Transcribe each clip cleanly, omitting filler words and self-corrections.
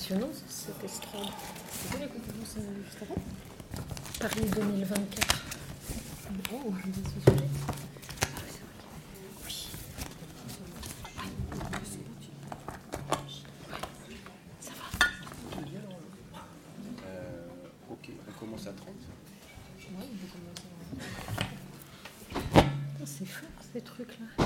passionnant, cette estrade. C'est quoi les conférences juste avant Paris 2024. Oh, je dis ce sujet. Ok, on commence à 30. Ouais, on peut commencer à... C'est fort ces trucs-là.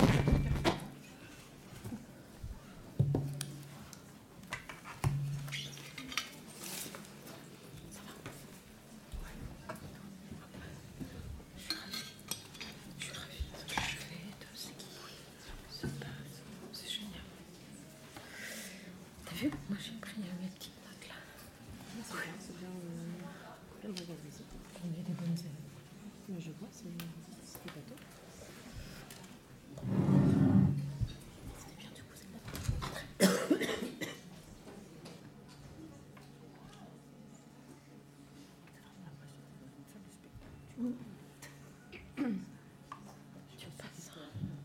Moi j'ai pris mes petites notes là. C'est bien. On a des bonnes élèves. Moi je vois, c'était pas top. C'était bien du coup, c'est pas Tu passes ça.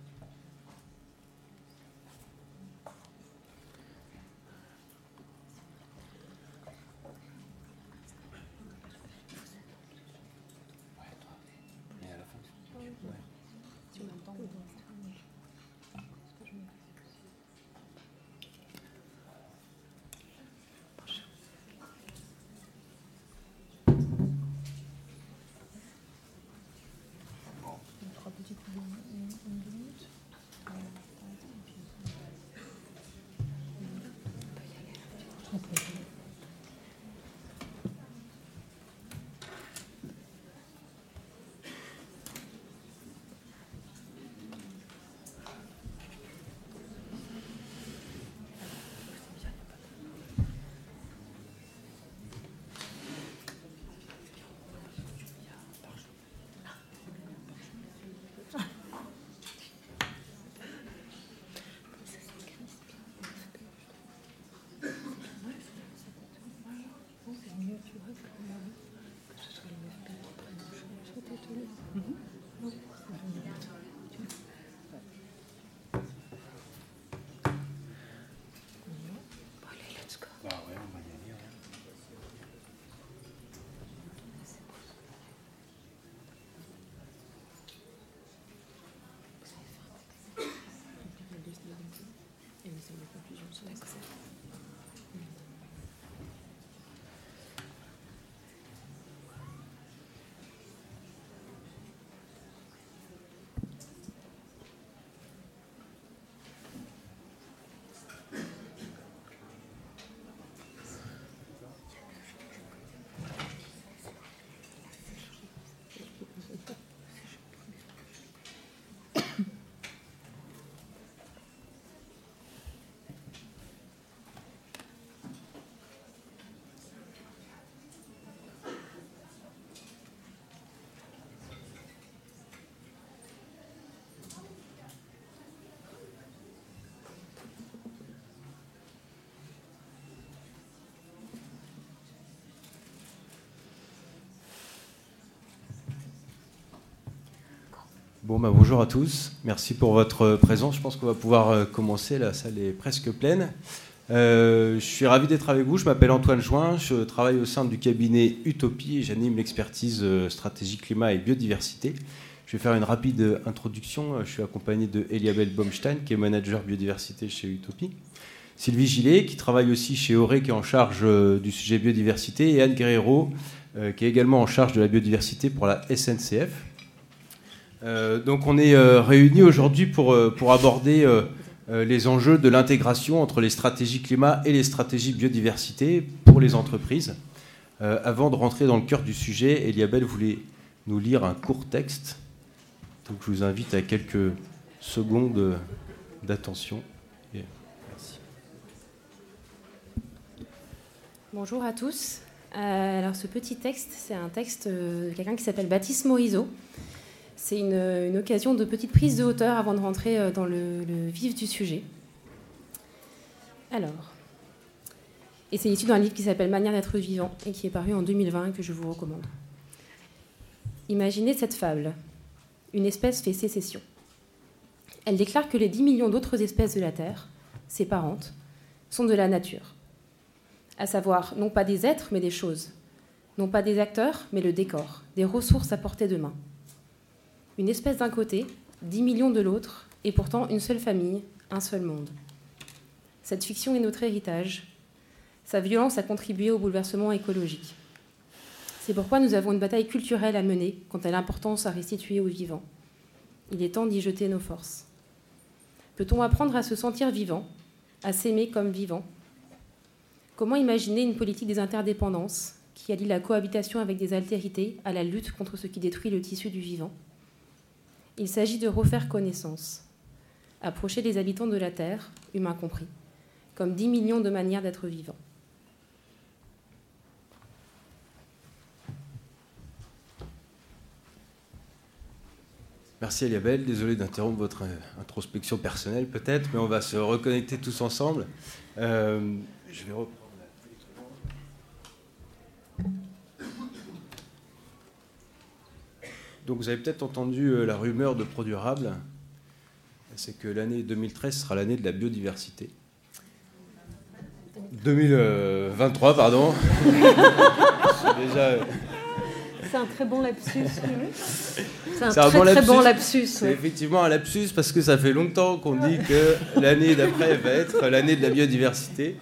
Bon, bonjour à tous, merci pour votre présence. Je pense qu'on va pouvoir commencer, la salle est presque pleine. Je suis ravi d'être avec vous, je m'appelle Antoine Join, je travaille au sein du cabinet Utopie et j'anime l'expertise stratégie climat et biodiversité. Je vais faire une rapide introduction, je suis accompagné de Eliabel Baumstein, qui est manager biodiversité chez Utopie, Sylvie Gillet, qui travaille aussi chez Auré, qui est en charge du sujet biodiversité, et Anne Guerrero, qui est également en charge de la biodiversité pour la SNCF. Donc on est réunis aujourd'hui pour aborder les enjeux de l'intégration entre les stratégies climat et les stratégies biodiversité pour les entreprises. Avant de rentrer dans le cœur du sujet, Eliabel voulait nous lire un court texte. Donc je vous invite à quelques secondes d'attention. Et merci. Bonjour à tous. Alors ce petit texte, c'est un texte de quelqu'un qui s'appelle Baptiste Morisot. C'est une occasion de petite prise de hauteur avant de rentrer dans le vif du sujet. Alors, et c'est issu d'un livre qui s'appelle Manière d'être vivant et qui est paru en 2020 et que je vous recommande. Imaginez cette fable. Une espèce fait sécession. Elle déclare que les 10 millions d'autres espèces de la Terre, ses parentes, sont de la nature. à savoir non pas des êtres, mais des choses, non pas des acteurs, mais le décor, des ressources à portée de main. Une espèce d'un côté, 10 millions de l'autre, et pourtant une seule famille, un seul monde. Cette fiction est notre héritage. Sa violence a contribué au bouleversement écologique. C'est pourquoi nous avons une bataille culturelle à mener quant à l'importance à restituer aux vivants. Il est temps d'y jeter nos forces. Peut-on apprendre à se sentir vivant, à s'aimer comme vivant ? Comment imaginer une politique des interdépendances qui allie la cohabitation avec des altérités à la lutte contre ce qui détruit le tissu du vivant ? Il s'agit de refaire connaissance, approcher les habitants de la Terre, humains compris, comme 10 millions de manières d'être vivants. Merci Eliabel, désolé d'interrompre votre introspection personnelle peut-être, mais on va se reconnecter tous ensemble. Je vais reprendre la... Donc vous avez peut-être entendu la rumeur de Produrable, c'est que l'année 2013 sera l'année de la biodiversité. 2023, pardon. C'est un très bon lapsus. C'est un très bon lapsus. C'est effectivement un lapsus parce que ça fait longtemps qu'on dit que l'année d'après va être l'année de la biodiversité.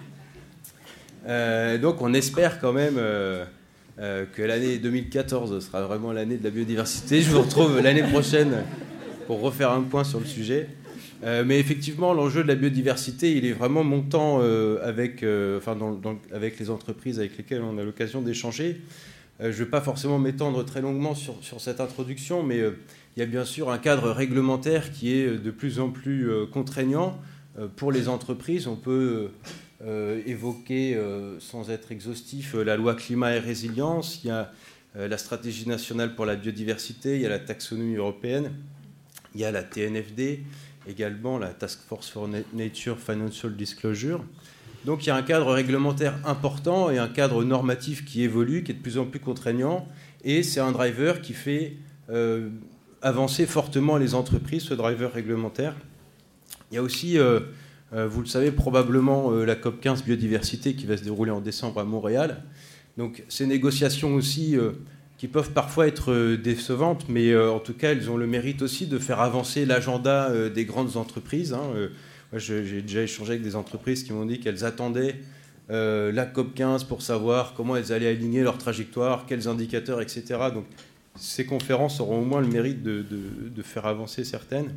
Donc on espère quand même que l'année 2014 sera vraiment l'année de la biodiversité. Je vous retrouve l'année prochaine pour refaire un point sur le sujet. Mais effectivement, l'enjeu de la biodiversité, il est vraiment montant avec les entreprises avec lesquelles on a l'occasion d'échanger. Je ne vais pas forcément m'étendre très longuement sur cette introduction, mais il y a bien sûr un cadre réglementaire qui est de plus en plus contraignant pour les entreprises. On peut évoquer, sans être exhaustif, la loi climat et résilience, il y a la stratégie nationale pour la biodiversité, il y a la taxonomie européenne, il y a la TNFD, également la Task Force for Nature Financial Disclosure. Donc il y a un cadre réglementaire important et un cadre normatif qui évolue, qui est de plus en plus contraignant, et c'est un driver qui fait avancer fortement les entreprises, ce driver réglementaire. Il y a aussi, vous le savez probablement, la COP15 biodiversité qui va se dérouler en décembre à Montréal. Donc ces négociations aussi qui peuvent parfois être décevantes, mais en tout cas elles ont le mérite aussi de faire avancer l'agenda des grandes entreprises. Moi, j'ai déjà échangé avec des entreprises qui m'ont dit qu'elles attendaient la COP15 pour savoir comment elles allaient aligner leur trajectoire, quels indicateurs, etc. Donc, ces conférences auront au moins le mérite de faire avancer certaines.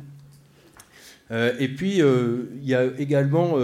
Et puis, il y a également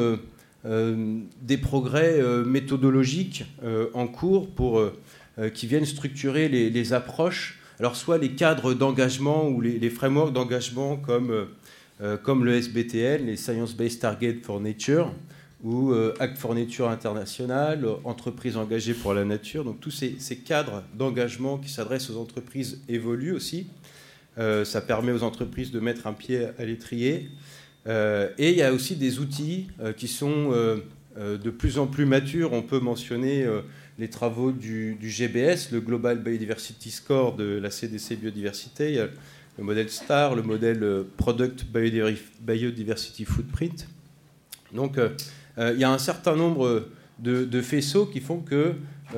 des progrès méthodologiques en cours qui viennent structurer les approches. Alors, soit les cadres d'engagement ou les frameworks d'engagement comme le SBTN, les Science Based Targets for Nature, ou Act for Nature International, Entreprises engagées pour la nature. Donc tous ces cadres d'engagement qui s'adressent aux entreprises évoluent aussi. Ça permet aux entreprises de mettre un pied à l'étrier. Et il y a aussi des outils qui sont de plus en plus matures. On peut mentionner les travaux du GBS, le Global Biodiversity Score de la CDC Biodiversité. Il y a le modèle STAR, le modèle Product Biodiversity Footprint. Donc, il y a un certain nombre de faisceaux qui font que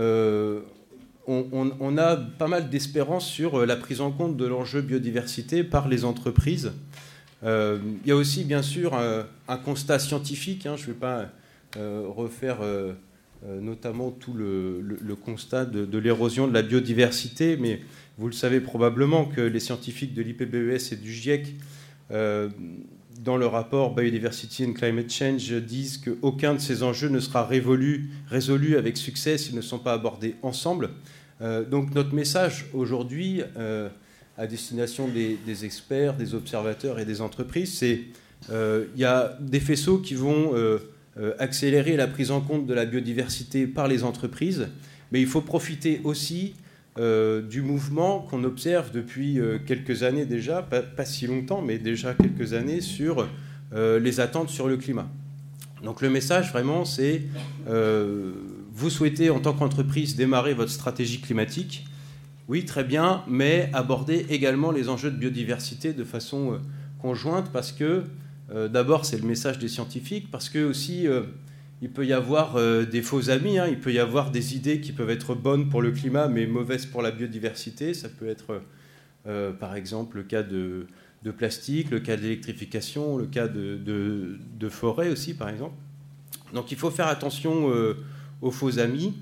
on a pas mal d'espérance sur la prise en compte de l'enjeu biodiversité par les entreprises. Il y a aussi, bien sûr, un constat scientifique. Je ne vais pas refaire notamment tout le constat de l'érosion de la biodiversité, mais vous le savez probablement que les scientifiques de l'IPBES et du GIEC, dans le rapport Biodiversity and Climate Change, disent qu'aucun de ces enjeux ne sera résolu avec succès s'ils ne sont pas abordés ensemble. Donc notre message aujourd'hui, à destination des experts, des observateurs et des entreprises, c'est il y a des faisceaux qui vont accélérer la prise en compte de la biodiversité par les entreprises, mais il faut profiter aussi du mouvement qu'on observe depuis quelques années déjà, pas si longtemps, mais déjà quelques années, sur les attentes sur le climat. Donc le message vraiment, c'est vous souhaitez en tant qu'entreprise démarrer votre stratégie climatique, oui, très bien, mais aborder également les enjeux de biodiversité de façon conjointe, parce que d'abord c'est le message des scientifiques, parce que aussi il peut y avoir des faux amis, hein. Il peut y avoir des idées qui peuvent être bonnes pour le climat, mais mauvaises pour la biodiversité. Ça peut être, par exemple, le cas de plastique, le cas de l'électrification, le cas de forêt aussi, par exemple. Donc il faut faire attention aux faux amis.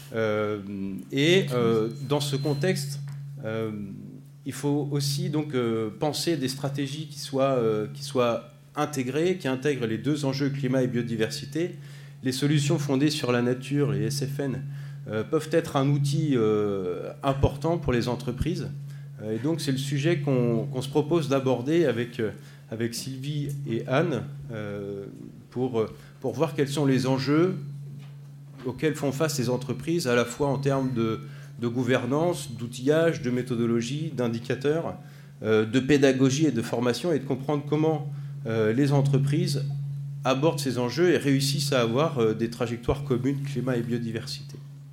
Dans ce contexte, il faut aussi donc, penser des stratégies qui soient intégrées, qui intègrent les deux enjeux climat et biodiversité. Les solutions fondées sur la nature, les SFN, peuvent être un outil important pour les entreprises. Et donc c'est le sujet qu'on se propose d'aborder avec Sylvie et Anne pour voir quels sont les enjeux auxquels font face les entreprises, à la fois en termes de gouvernance, d'outillage, de méthodologie, d'indicateurs, de pédagogie et de formation, et de comprendre comment les entreprises abordent ces enjeux et réussissent à avoir des trajectoires communes climat et biodiversité.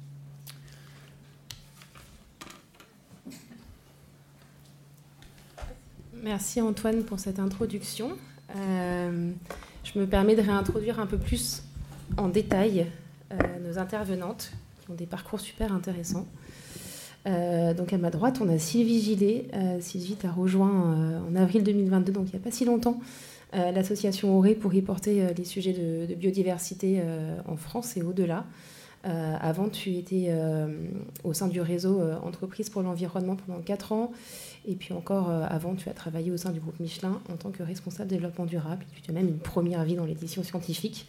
Merci Antoine pour cette introduction. Je me permets de réintroduire un peu plus en détail nos intervenantes qui ont des parcours super intéressants. Donc à ma droite, on a Sylvie Gillet. Sylvie, tu as rejoint en avril 2022, donc il n'y a pas si longtemps, l'association Auré pour y porter les sujets de biodiversité en France et au-delà. Avant, tu étais au sein du réseau Entreprises pour l'environnement pendant 4 ans. Et puis encore avant, tu as travaillé au sein du groupe Michelin en tant que responsable développement durable. Tu as même une première vie dans l'édition scientifique.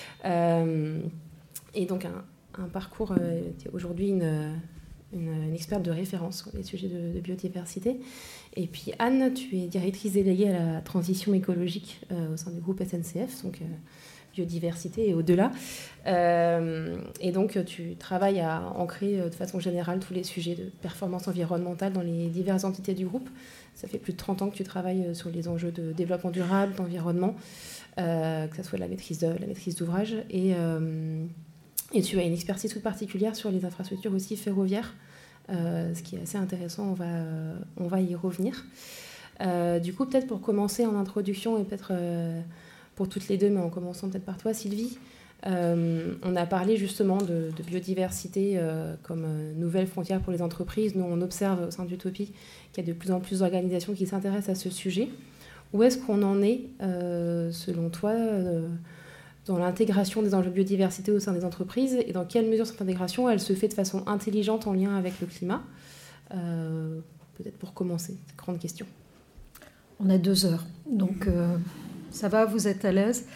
Et donc un parcours, tu es aujourd'hui une experte de référence sur les sujets de biodiversité. Et puis Anne, tu es directrice déléguée à la transition écologique au sein du groupe SNCF, donc biodiversité et au-delà. Et donc tu travailles à ancrer de façon générale tous les sujets de performance environnementale dans les diverses entités du groupe. Ça fait plus de 30 ans que tu travailles sur les enjeux de développement durable, d'environnement, que ce soit la maîtrise d'ouvrage. Et tu as une expertise toute particulière sur les infrastructures aussi ferroviaires, ce qui est assez intéressant, on va y revenir. Du coup, peut-être pour commencer en introduction, et peut-être pour toutes les deux, mais en commençant peut-être par toi, Sylvie, on a parlé justement de biodiversité comme nouvelle frontière pour les entreprises. Nous, on observe au sein d'Utopie qu'il y a de plus en plus d'organisations qui s'intéressent à ce sujet. Où est-ce qu'on en est, selon toi, dans l'intégration des enjeux de biodiversité au sein des entreprises, et dans quelle mesure cette intégration, elle se fait de façon intelligente en lien avec le climat? Peut-être pour commencer, cette grande question. On a 2 heures, donc ça va, vous êtes à l'aise.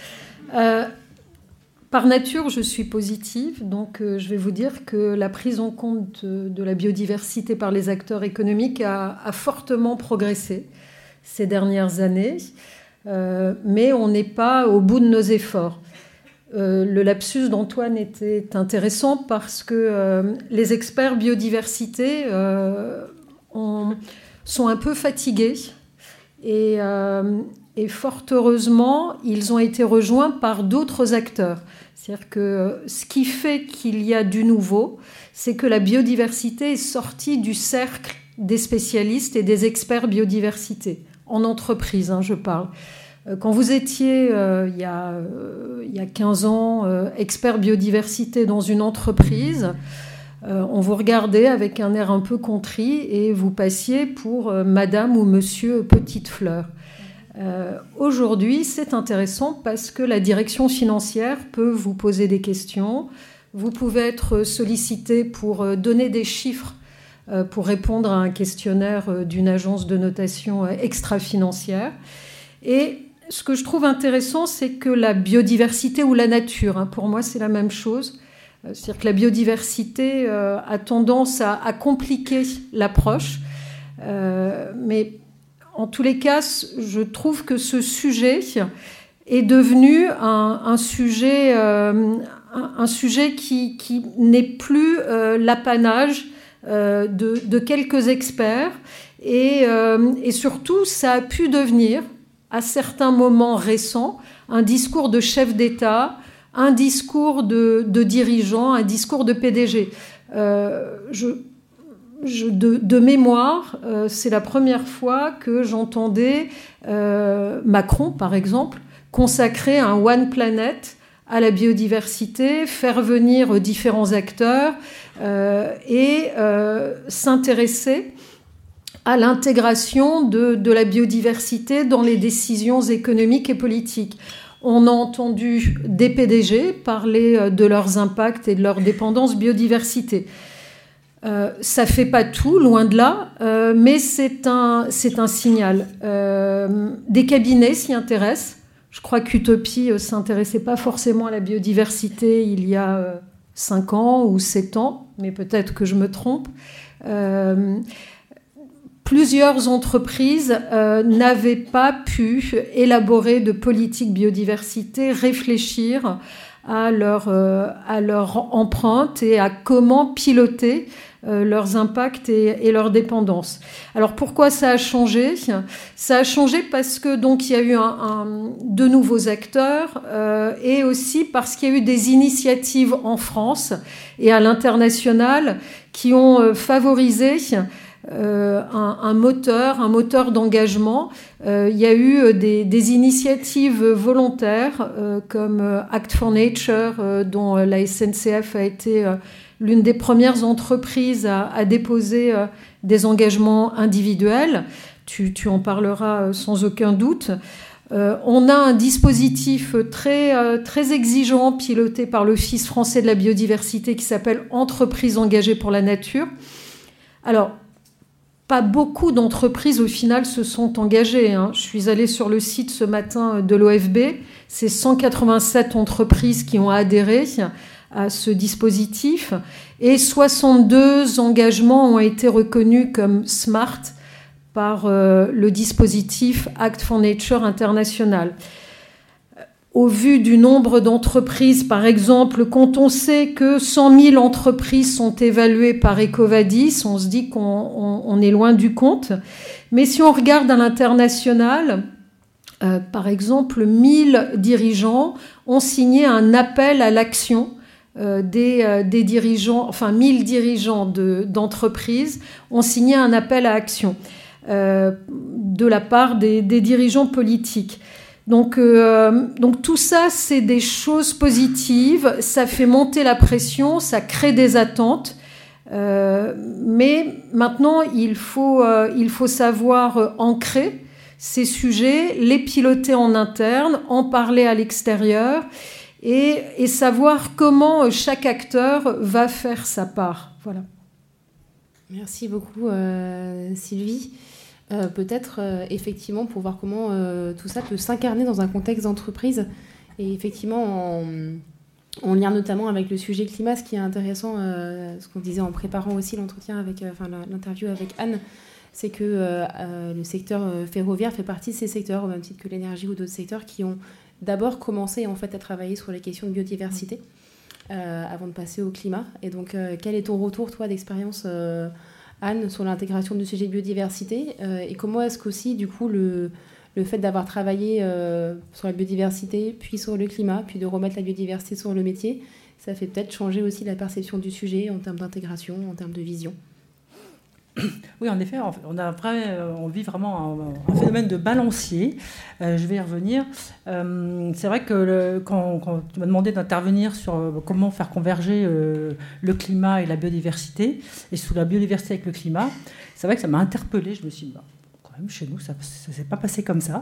Par nature, je suis positive, donc je vais vous dire que la prise en compte de la biodiversité par les acteurs économiques a fortement progressé ces dernières années, mais on n'est pas au bout de nos efforts. Le lapsus d'Antoine était intéressant parce que les experts biodiversité sont un peu fatigués et fort heureusement, ils ont été rejoints par d'autres acteurs. C'est-à-dire que ce qui fait qu'il y a du nouveau, c'est que la biodiversité est sortie du cercle des spécialistes et des experts biodiversité, en entreprise, je parle. Quand vous étiez, il y a 15 ans, expert biodiversité dans une entreprise, on vous regardait avec un air un peu contrit et vous passiez pour madame ou monsieur Petite Fleur. Aujourd'hui, c'est intéressant parce que la direction financière peut vous poser des questions. Vous pouvez être sollicité pour donner des chiffres pour répondre à un questionnaire d'une agence de notation extra-financière. Et ce que je trouve intéressant, c'est que la biodiversité ou la nature, pour moi, c'est la même chose. C'est-à-dire que la biodiversité a tendance à compliquer l'approche. Mais en tous les cas, je trouve que ce sujet est devenu un sujet qui n'est plus l'apanage de quelques experts. Et surtout, ça a pu devenir, à certains moments récents, un discours de chef d'État, un discours de dirigeant, un discours de PDG. De mémoire, c'est la première fois que j'entendais Macron, par exemple, consacrer un One Planet à la biodiversité, faire venir différents acteurs et s'intéresser à l'intégration de la biodiversité dans les décisions économiques et politiques. On a entendu des PDG parler de leurs impacts et de leur dépendance biodiversité. Ça ne fait pas tout, loin de là, mais c'est un signal. Des cabinets s'y intéressent. Je crois qu'Utopie ne s'intéressait pas forcément à la biodiversité il y a 5 ans ou 7 ans, mais peut-être que je me trompe. Plusieurs entreprises n'avaient pas pu élaborer de politique biodiversité, réfléchir à leur empreinte et à comment piloter leurs impacts et leurs dépendances. Alors pourquoi ça a changé ? Ça a changé parce que donc il y a eu de nouveaux acteurs et aussi parce qu'il y a eu des initiatives en France et à l'international qui ont favorisé un moteur d'engagement. Il y a eu des initiatives volontaires comme Act for Nature, dont la SNCF a été l'une des premières entreprises à déposer des engagements individuels. Tu en parleras sans aucun doute. On a un dispositif très exigeant piloté par l'Office français de la biodiversité qui s'appelle Entreprises engagées pour la nature. Alors, pas beaucoup d'entreprises, au final, se sont engagées. Je suis allée sur le site ce matin de l'OFB. C'est 187 entreprises qui ont adhéré à ce dispositif. Et 62 engagements ont été reconnus comme SMART par le dispositif Act for Nature international. Au vu du nombre d'entreprises, par exemple, quand on sait que 100 000 entreprises sont évaluées par EcoVadis, on se dit qu'on est loin du compte. Mais si on regarde à l'international, par exemple, 1000 dirigeants ont signé un appel à l'action des dirigeants, enfin 1000 dirigeants d'entreprises ont signé un appel à action de la part des dirigeants politiques. Donc tout ça, c'est des choses positives, ça fait monter la pression, ça crée des attentes, mais maintenant, il faut savoir ancrer ces sujets, les piloter en interne, en parler à l'extérieur et savoir comment chaque acteur va faire sa part. Voilà. Merci beaucoup, Sylvie. Peut-être effectivement pour voir comment tout ça peut s'incarner dans un contexte d'entreprise et effectivement en lien notamment avec le sujet climat. Ce qui est intéressant, ce qu'on disait en préparant aussi l'entretien avec l'interview avec Anne, c'est que le secteur ferroviaire fait partie de ces secteurs au même titre que l'énergie ou d'autres secteurs qui ont d'abord commencé en fait à travailler sur les questions de biodiversité avant de passer au climat. Et donc quel est ton retour toi d'expérience Anne, sur l'intégration du sujet de biodiversité et comment est-ce qu'aussi, du coup, le fait d'avoir travaillé sur la biodiversité, puis sur le climat, puis de remettre la biodiversité sur le métier, ça fait peut-être changer aussi la perception du sujet en termes d'intégration, en termes de vision. Oui, en effet, on vit vraiment un phénomène de balancier. Je vais y revenir. C'est vrai que quand tu m'as demandé d'intervenir sur comment faire converger le climat et la biodiversité, et sous la biodiversité avec le climat, c'est vrai que ça m'a interpellée. Je me suis dit, quand même, chez nous, ça ne s'est pas passé comme ça.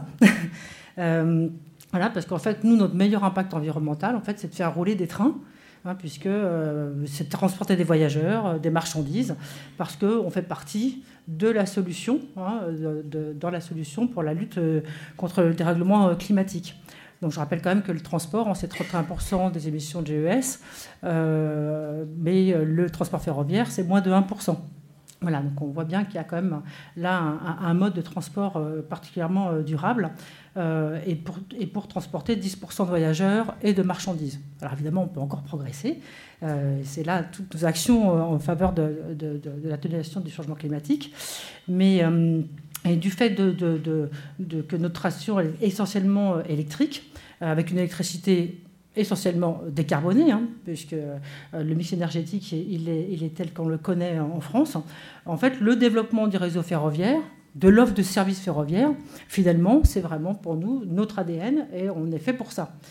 Voilà, parce qu'en fait, nous, notre meilleur impact environnemental, en fait, c'est de faire rouler des trains. Puisque c'est de transporter des voyageurs, des marchandises, parce qu'on fait partie de la solution, dans la solution pour la lutte contre le dérèglement climatique. Donc je rappelle quand même que le transport, c'est 31% des émissions de GES, mais le transport ferroviaire, c'est moins de 1%. Voilà, donc on voit bien qu'il y a quand même là un mode de transport particulièrement durable et pour transporter 10% de voyageurs et de marchandises. Alors évidemment, on peut encore progresser. C'est là toutes nos actions en faveur de l'atténuation du changement climatique. Mais et du fait que notre traction est essentiellement électrique, avec une électricité essentiellement décarboné, puisque le mix énergétique, il est tel qu'on le connaît en France. En fait, le développement du réseau ferroviaire, de l'offre de services ferroviaires, finalement, c'est vraiment pour nous notre ADN et on est fait pour ça.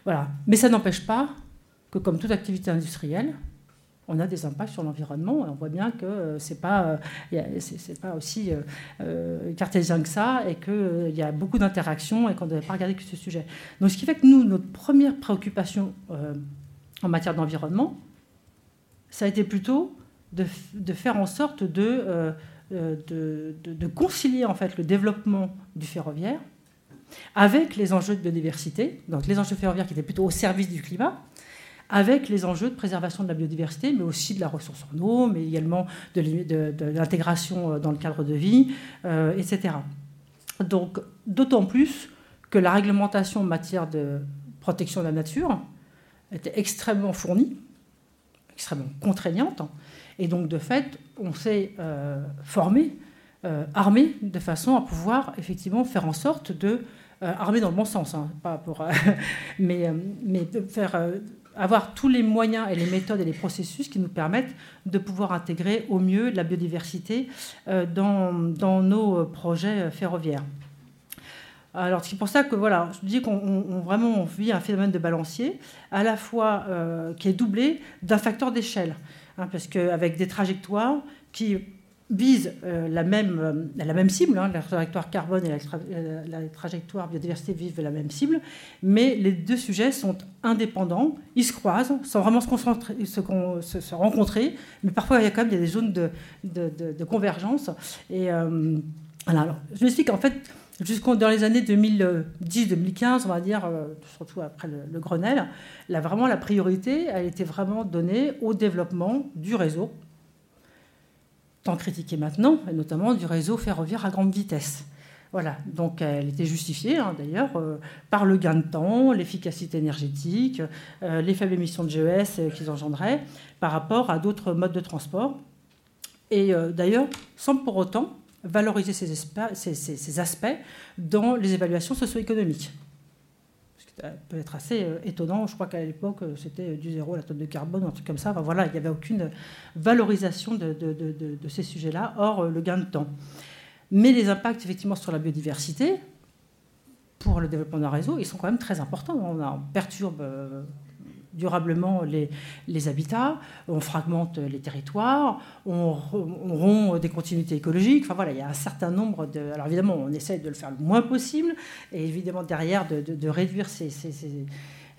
Voilà. Mais ça n'empêche pas que, comme toute activité industrielle, on a des impacts sur l'environnement. On voit bien que c'est pas aussi cartésien que ça, et qu'il y a beaucoup d'interactions et qu'on ne devait pas regarder que ce sujet. Donc, ce qui fait que nous, notre première préoccupation en matière d'environnement, ça a été plutôt de faire en sorte de concilier en fait le développement du ferroviaire avec les enjeux de biodiversité, donc les enjeux ferroviaires qui étaient plutôt au service du climat, avec les enjeux de préservation de la biodiversité, mais aussi de la ressource en eau, mais également de l'intégration dans le cadre de vie, etc. Donc, d'autant plus que la réglementation en matière de protection de la nature était extrêmement fournie, extrêmement contraignante, et donc, de fait, on s'est formé, armé, de façon à pouvoir effectivement faire en sorte de... armé dans le bon sens, hein, pas pour, mais de faire... avoir tous les moyens et les méthodes et les processus qui nous permettent de pouvoir intégrer au mieux la biodiversité dans nos projets ferroviaires. Alors, c'est pour ça que, voilà, je dis qu'on vraiment vit un phénomène de balancier, à la fois qui est doublé d'un facteur d'échelle, hein, parce qu'avec des trajectoires qui visent la même cible, hein, la trajectoire carbone et la trajectoire biodiversité vivent la même cible, mais les deux sujets sont indépendants, ils se croisent sans vraiment se rencontrer, mais parfois il y a des zones de convergence. Et voilà, alors, je m'explique, en fait, dans les années 2010-2015, on va dire, surtout après le Grenelle, vraiment la priorité, elle était vraiment donnée au développement du réseau, tant critiqué maintenant, et notamment du réseau ferroviaire à grande vitesse. Voilà, donc elle était justifiée, hein, d'ailleurs, par le gain de temps, l'efficacité énergétique, les faibles émissions de GES qu'ils engendraient par rapport à d'autres modes de transport. Et d'ailleurs, sans pour autant valoriser ces aspects dans les évaluations socio-économiques. Ça peut être assez étonnant. Je crois qu'à l'époque, c'était du zéro, la tonne de carbone, un truc comme ça. Enfin, voilà, il n'y avait aucune valorisation de ces sujets-là, hors le gain de temps. Mais les impacts, effectivement, sur la biodiversité, pour le développement d'un réseau, ils sont quand même très importants. On perturbe durablement les habitats, on fragmente les territoires, on rompt des continuités écologiques. Enfin voilà, il y a un certain nombre de... Alors évidemment, on essaie de le faire le moins possible, et évidemment derrière de réduire ces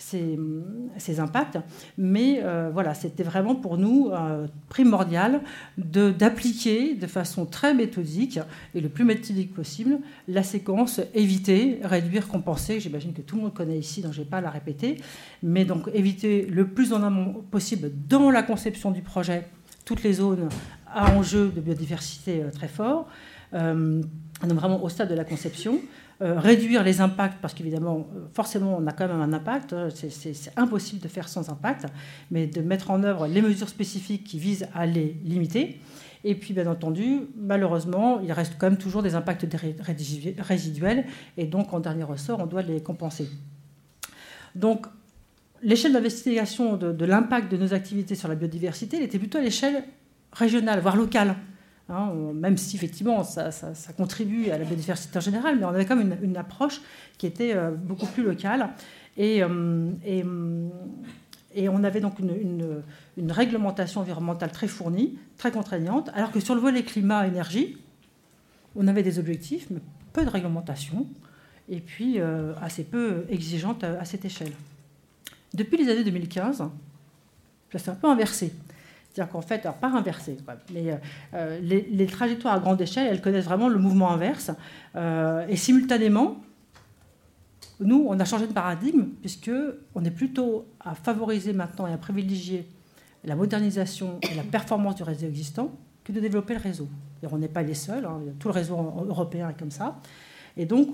impacts. Mais voilà, c'était vraiment pour nous primordial d'appliquer de façon très méthodique et le plus méthodique possible la séquence éviter, réduire, compenser. J'imagine que tout le monde connaît ici, donc je ne vais pas la répéter. Mais donc éviter le plus en amont possible dans la conception du projet toutes les zones à enjeu de biodiversité très fort, donc vraiment au stade de la conception. Réduire les impacts, parce qu'évidemment, forcément, on a quand même un impact. C'est impossible de faire sans impact, mais de mettre en œuvre les mesures spécifiques qui visent à les limiter. Et puis, bien entendu, malheureusement, il reste quand même toujours des impacts résiduels, et donc, en dernier ressort, on doit les compenser. Donc, l'échelle d'investigation de l'impact de nos activités sur la biodiversité, elle était plutôt à l'échelle régionale, voire locale. Hein, même si effectivement ça contribue à la biodiversité en général, mais on avait quand même une approche qui était beaucoup plus locale. Et on avait donc une réglementation environnementale très fournie, très contraignante, alors que sur le volet climat-énergie, on avait des objectifs, mais peu de réglementation, et puis assez peu exigeante à cette échelle. Depuis les années 2015, ça s'est un peu inversé. C'est-à-dire qu'en fait, alors pas inversé, mais les trajectoires à grande échelle, elles connaissent vraiment le mouvement inverse. Et simultanément, nous, on a changé de paradigme, puisqu'on est plutôt à favoriser maintenant et à privilégier la modernisation et la performance du réseau existant que de développer le réseau. Et on n'est pas les seuls, hein, tout le réseau européen est comme ça. Et donc,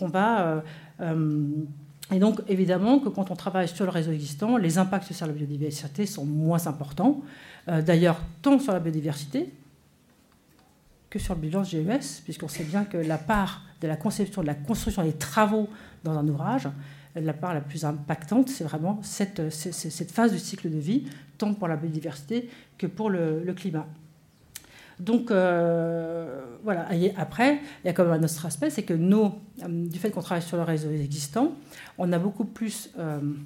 Et donc, évidemment, que quand on travaille sur le réseau existant, les impacts sur la biodiversité sont moins importants. D'ailleurs, tant sur la biodiversité que sur le bilan GES, puisqu'on sait bien que la part de la conception, de la construction des travaux dans un ouvrage, la part la plus impactante, c'est vraiment cette phase du cycle de vie, tant pour la biodiversité que pour le climat. Donc, voilà. Et après, il y a quand même un autre aspect, c'est que du fait qu'on travaille sur le réseau existant, on a beaucoup plus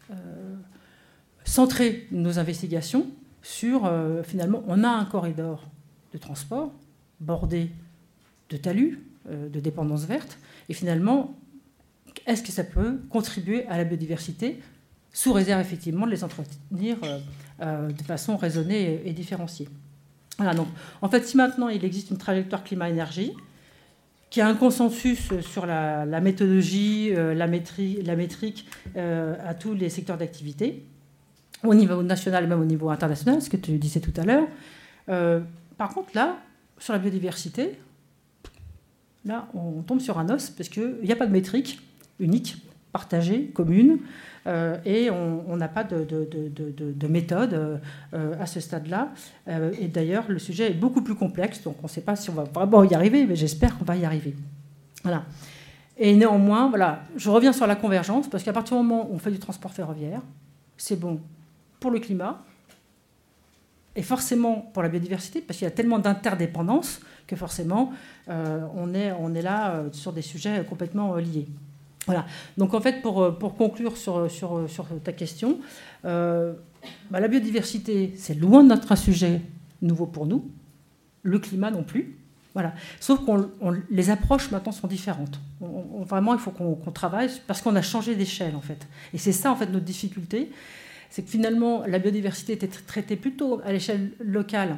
centrer nos investigations sur, finalement, on a un corridor de transport bordé de talus, de dépendances vertes, et finalement, est-ce que ça peut contribuer à la biodiversité, sous réserve effectivement de les entretenir de façon raisonnée et différenciée. Voilà, donc, en fait, si maintenant il existe une trajectoire climat-énergie, qui a un consensus sur la méthodologie, la métrique à tous les secteurs d'activité, au niveau national et même au niveau international, ce que tu disais tout à l'heure. Par contre, là, sur la biodiversité, là, on tombe sur un os, parce qu'il n'y a pas de métrique unique, partagée, commune, et on n'a pas de méthode à ce stade-là. Et d'ailleurs, le sujet est beaucoup plus complexe, donc on ne sait pas si on va vraiment y arriver, mais j'espère qu'on va y arriver. Voilà. Et néanmoins, voilà, je reviens sur la convergence, parce qu'à partir du moment où on fait du transport ferroviaire, c'est bon pour le climat, et forcément pour la biodiversité, parce qu'il y a tellement d'interdépendance que forcément, on est là sur des sujets complètement liés. Voilà. Donc en fait, pour conclure sur ta question, la biodiversité, c'est loin d'être un sujet nouveau pour nous. Le climat non plus. Voilà. Sauf que les approches maintenant sont différentes. Vraiment, il faut qu'on travaille parce qu'on a changé d'échelle en fait. Et c'est ça en fait notre difficulté, c'est que finalement la biodiversité était traitée plutôt à l'échelle locale,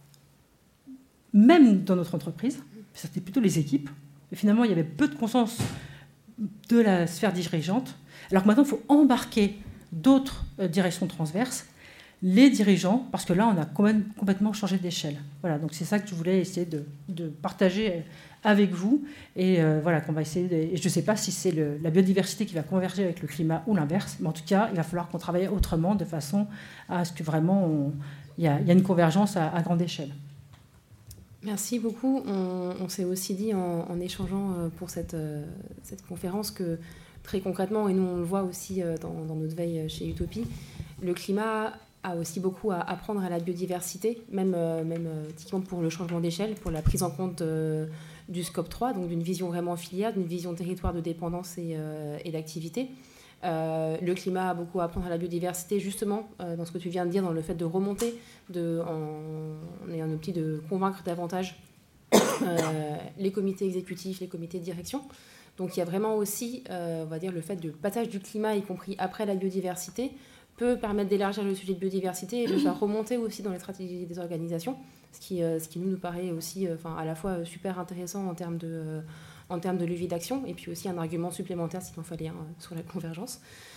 même dans notre entreprise. C'était plutôt les équipes. Et finalement, il y avait peu de conscience de la sphère dirigeante, alors que maintenant il faut embarquer d'autres directions transverses, les dirigeants, parce que là on a quand même complètement changé d'échelle. Voilà, donc c'est ça que je voulais essayer de partager avec vous, et voilà qu'on va essayer et je ne sais pas si c'est la biodiversité qui va converger avec le climat ou l'inverse, mais en tout cas il va falloir qu'on travaille autrement de façon à ce que vraiment il y a une convergence à grande échelle. Merci beaucoup. On s'est aussi dit en échangeant pour cette conférence que très concrètement, et nous on le voit aussi dans notre veille chez Utopie, le climat a aussi beaucoup à apprendre à la biodiversité, même typiquement pour le changement d'échelle, pour la prise en compte du scope 3, donc d'une vision vraiment filière, d'une vision territoire de dépendance et d'activité. Le climat a beaucoup à apprendre à la biodiversité, justement, dans ce que tu viens de dire, dans le fait de remonter, on est en optique de convaincre davantage les comités exécutifs, les comités de direction. Donc il y a vraiment aussi, on va dire, le fait de passage du climat, y compris après la biodiversité, peut permettre d'élargir le sujet de biodiversité et de faire remonter aussi dans les stratégies des organisations, ce qui nous paraît aussi à la fois super intéressant en termes de levier d'action, et puis aussi un argument supplémentaire, s'il en fallait un, sur la convergence.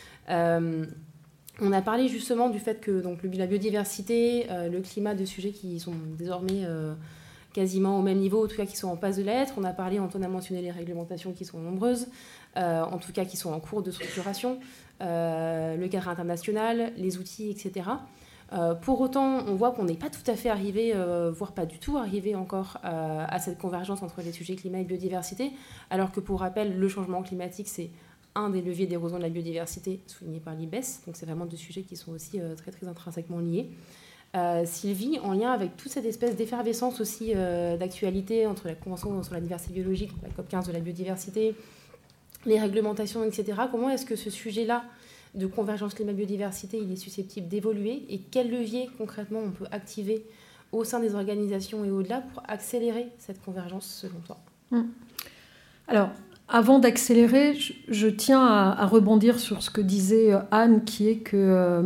On a parlé justement du fait que donc, la biodiversité, le climat, de sujets qui sont désormais quasiment au même niveau, en tout cas qui sont en passe de l'être. On a parlé, Antoine a mentionné les réglementations qui sont nombreuses, en tout cas qui sont en cours de structuration, le cadre international, les outils, etc. Pour autant, on voit qu'on n'est pas tout à fait arrivé, voire pas du tout arrivé encore à cette convergence entre les sujets climat et biodiversité, alors que pour rappel, le changement climatique, c'est un des leviers d'érosion de la biodiversité souligné par l'IBES, donc c'est vraiment deux sujets qui sont aussi très très intrinsèquement liés. Sylvie, en lien avec toute cette espèce d'effervescence aussi d'actualité entre la Convention sur la diversité biologique, la COP15 de la biodiversité, les réglementations, etc., comment est-ce que ce sujet-là de convergence climat-biodiversité, il est susceptible d'évoluer, et quels leviers concrètement on peut activer au sein des organisations et au-delà pour accélérer cette convergence selon toi ? Alors, avant d'accélérer, je tiens à rebondir sur ce que disait Anne, qui est que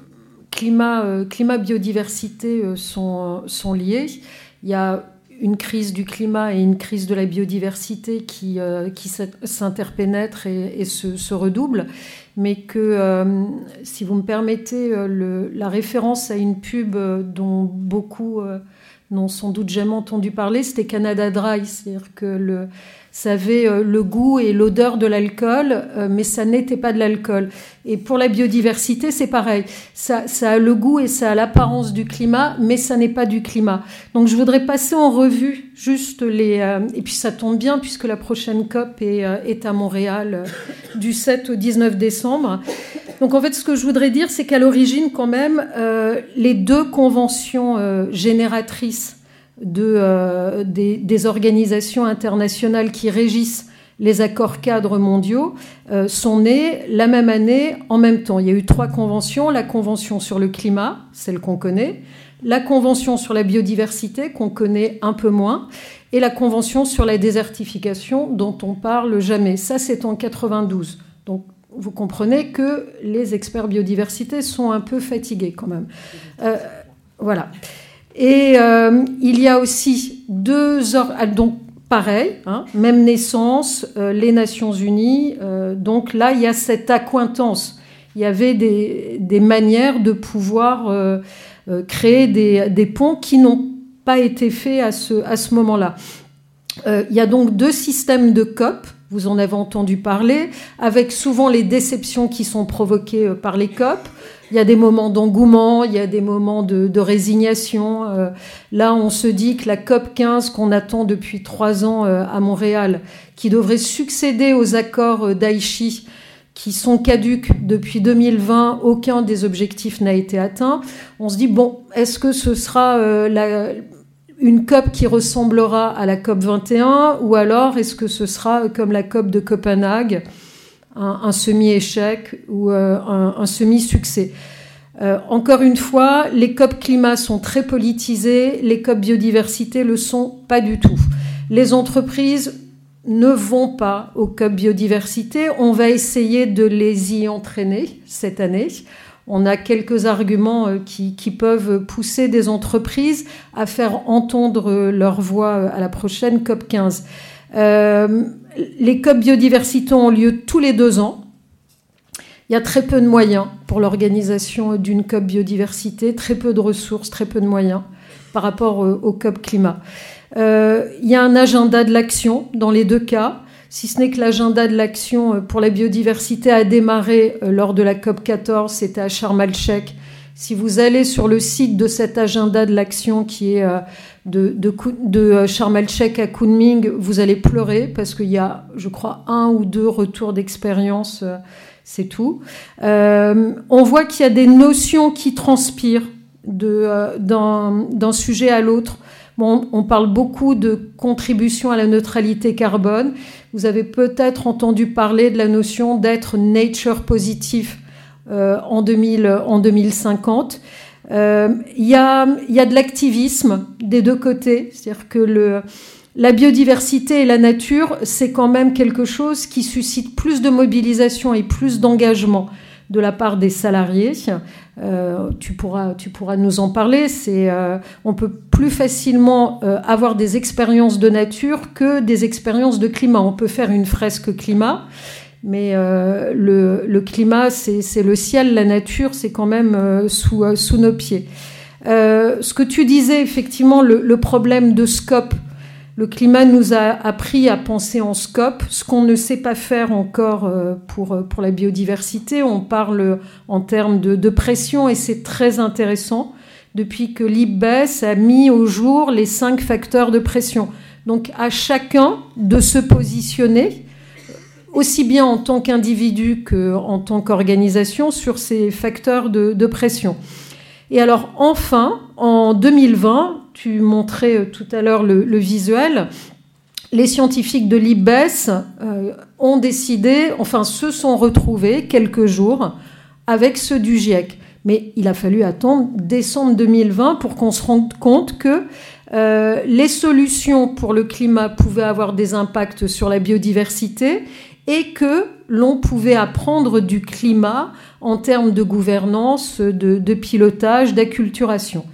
climat, biodiversité sont liés. Il y a une crise du climat et une crise de la biodiversité qui s'interpénètrent et se redoublent, mais que, si vous me permettez, la référence à une pub dont beaucoup n'ont sans doute jamais entendu parler, c'était Canada Dry, c'est-à-dire que ça avait le goût et l'odeur de l'alcool, mais ça n'était pas de l'alcool. Et pour la biodiversité, c'est pareil. Ça a le goût et ça a l'apparence du climat, mais ça n'est pas du climat. Donc je voudrais passer en revue juste et puis ça tombe bien puisque la prochaine COP est à Montréal du 7 au 19 décembre. Donc en fait, ce que je voudrais dire, c'est qu'à l'origine, quand même, les deux conventions génératrices des organisations internationales qui régissent les accords cadres mondiaux sont nés la même année, en même temps. Il y a eu 3 conventions. La convention sur le climat, celle qu'on connaît, la convention sur la biodiversité, qu'on connaît un peu moins, et la convention sur la désertification, dont on parle jamais. Ça, c'est en 92. Donc, vous comprenez que les experts biodiversité sont un peu fatigués quand même. Voilà. Et il y a aussi 2... Donc, pareil, hein, même naissance, les Nations Unies. Donc là, il y a cette accointance. Il y avait des manières de pouvoir créer des ponts qui n'ont pas été faits à ce moment-là. Il y a donc 2 systèmes de COP. Vous en avez entendu parler, avec souvent les déceptions qui sont provoquées par les COP. Il y a des moments d'engouement, il y a des moments de résignation. Là, on se dit que la COP 15 qu'on attend depuis 3 ans à Montréal, qui devrait succéder aux accords d'Aichi, qui sont caducs depuis 2020, aucun des objectifs n'a été atteint. On se dit, bon, est-ce que ce sera une COP qui ressemblera à la COP 21 ou alors est-ce que ce sera comme la COP de Copenhague, un semi-échec ou un semi-succès. Encore une fois, les COP climat sont très politisées, les COP biodiversité le sont pas du tout. Les entreprises ne vont pas aux COP biodiversité, on va essayer de les y entraîner cette année. On a quelques arguments qui peuvent pousser des entreprises à faire entendre leur voix à la prochaine COP 15. Les COP biodiversité ont lieu tous les 2 ans. Il y a très peu de moyens pour l'organisation d'une COP biodiversité, très peu de ressources, très peu de moyens par rapport au COP climat. Il y a un agenda de l'action dans les 2 cas, si ce n'est que l'agenda de l'action pour la biodiversité a démarré lors de la COP 14, c'était à Sharm el-Sheikh. Si vous allez sur le site de cet agenda de l'action qui est de Sharm el-Sheikh à Kunming, vous allez pleurer parce qu'il y a, je crois, 1 ou 2 retours d'expérience, c'est tout. On voit qu'il y a des notions qui transpirent d'un sujet à l'autre. Bon, on parle beaucoup de contribution à la neutralité carbone. Vous avez peut-être entendu parler de la notion d'être nature positif en 2050. Il y a de l'activisme des 2 côtés. C'est-à-dire que la biodiversité et la nature, c'est quand même quelque chose qui suscite plus de mobilisation et plus d'engagement de la part des salariés. Tu pourras nous en parler. On peut plus facilement avoir des expériences de nature que des expériences de climat. On peut faire une fresque climat, mais le climat, c'est le ciel, la nature, c'est quand même sous nos pieds. Ce que tu disais, effectivement, le problème de scope. Le climat nous a appris à penser en scope, ce qu'on ne sait pas faire encore pour la biodiversité. On parle en termes de pression et c'est très intéressant depuis que l'IPBES a mis au jour les 5 facteurs de pression. Donc à chacun de se positionner, aussi bien en tant qu'individu qu'en tant qu'organisation, sur ces facteurs de pression. Et alors enfin, en 2020, tu montrais tout à l'heure le visuel, les scientifiques de l'IPBES ont décidé, se sont retrouvés quelques jours avec ceux du GIEC. Mais il a fallu attendre décembre 2020 pour qu'on se rende compte que les solutions pour le climat pouvaient avoir des impacts sur la biodiversité et que l'on pouvait apprendre du climat en termes de gouvernance, de pilotage, d'acculturation.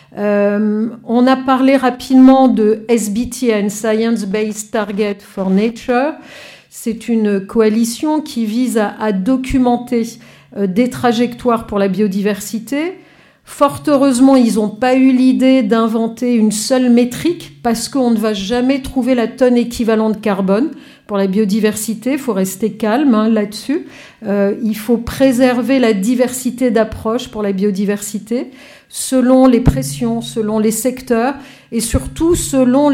On a parlé rapidement de SBTN, Science Based Target for Nature. C'est une coalition qui vise à documenter des trajectoires pour la biodiversité. Fort heureusement, ils n'ont pas eu l'idée d'inventer une seule métrique parce qu'on ne va jamais trouver la tonne équivalente de carbone. Pour la biodiversité, il faut rester calme là-dessus. Il faut préserver la diversité d'approches pour la biodiversité selon les pressions, selon les secteurs et surtout selon